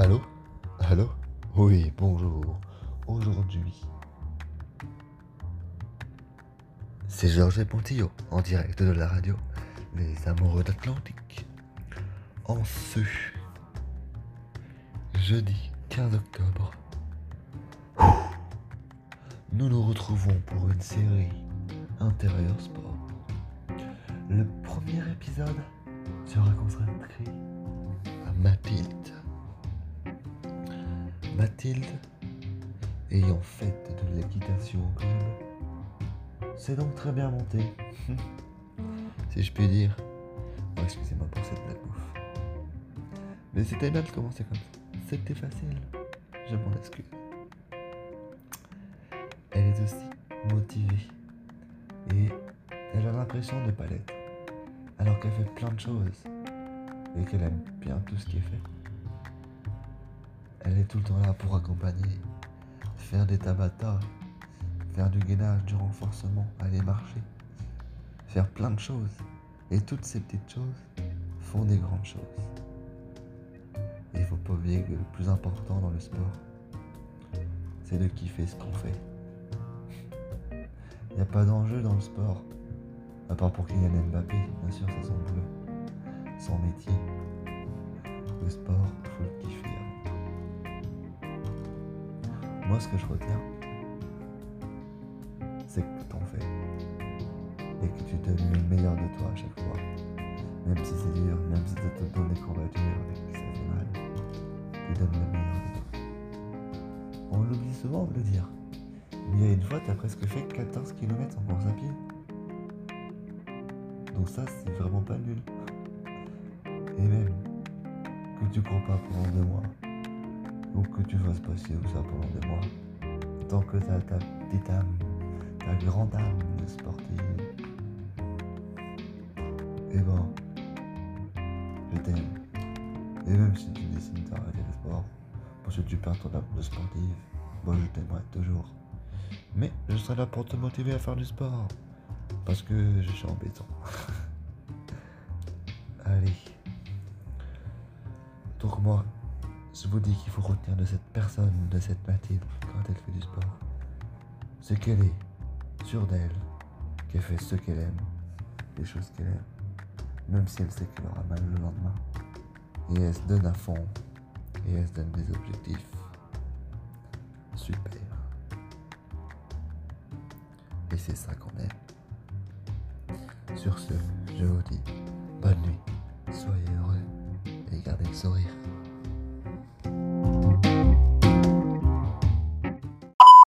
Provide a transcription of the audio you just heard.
Allô? Allô? Oui, bonjour. Aujourd'hui, c'est Georges Pontillot en direct de la radio Les Amoureux d'Atlantique. En ce jeudi 15 octobre, nous nous retrouvons pour une série intérieur sport. Le premier épisode sera consacré à Mathilde. Mathilde, ayant fait de l'équitation au club, s'est donc très bien montée, si je puis dire. Oh, excusez-moi pour cette blague bouffe. Mais c'était bien de commencer comme ça. C'était facile. Je m'en excuse. Elle est aussi motivée. Et elle a l'impression de ne pas l'être. Alors qu'elle fait plein de choses. Et qu'elle aime bien tout ce qui est fait. Elle est tout le temps là pour accompagner. Faire des tabata. Faire du gainage, du renforcement. Aller marcher. Faire plein de choses. Et toutes ces petites choses font des grandes choses. Et il faut pas oublier que le plus important dans le sport, c'est de kiffer ce qu'on fait. Il n'y a pas d'enjeu dans le sport, à part pour Kylian Mbappé, bien sûr, c'est son boulot, son métier. Le sport, il faut le kiffer avant. Moi, ce que je retiens, c'est que t'en fais. Et que tu donnes le meilleur de toi à chaque fois. Même si c'est dur, même si ça te donne des courbatures et que ça fait mal, tu donnes le meilleur de toi. On l'oublie souvent de le dire. Mais il y a une fois, t'as presque fait 14 km en course à pied. Donc ça, c'est vraiment pas nul. Et même que tu cours pas pendant 2 mois, ou que tu fasses pas ci ou ça pendant 2 mois, tant que t'as ta petite âme, ta grande âme de sportive, et ben, je t'aime. Et même si tu décides d'arrêter le sport, parce que tu perds ton âme de sportive, moi je t'aimerai toujours. Mais je serai là pour te motiver à faire du sport, parce que je suis en béton. Allez. Donc moi, je vous dis qu'il faut retenir de cette personne, de cette Mathilde, quand elle fait du sport, c'est qu'elle est sûre d'elle, qu'elle fait ce qu'elle aime, les choses qu'elle aime, même si elle sait qu'elle aura mal le lendemain. Et elle se donne à fond, et elle se donne des objectifs. Super. Et c'est ça qu'on aime. Sur ce, je vous dis bonne nuit, soyez heureux et gardez le sourire.